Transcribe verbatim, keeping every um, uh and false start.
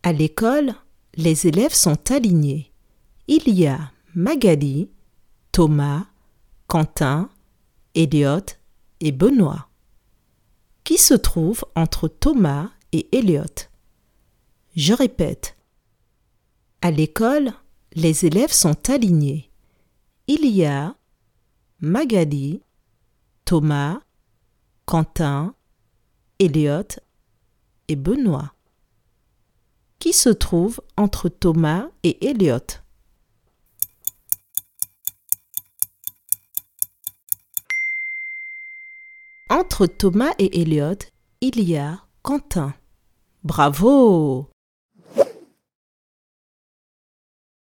À l'école, les élèves sont alignés. Il y a Magali, Thomas, Quentin, Elliot et Benoît. Qui se trouve entre Thomas et Elliot? Je répète. À l'école, les élèves sont alignés. Il y a Magali, Thomas, Quentin, Elliot et Benoît. Qui se trouve entre Thomas et Elliot? Entre Thomas et Elliot, il y a Quentin. Bravo!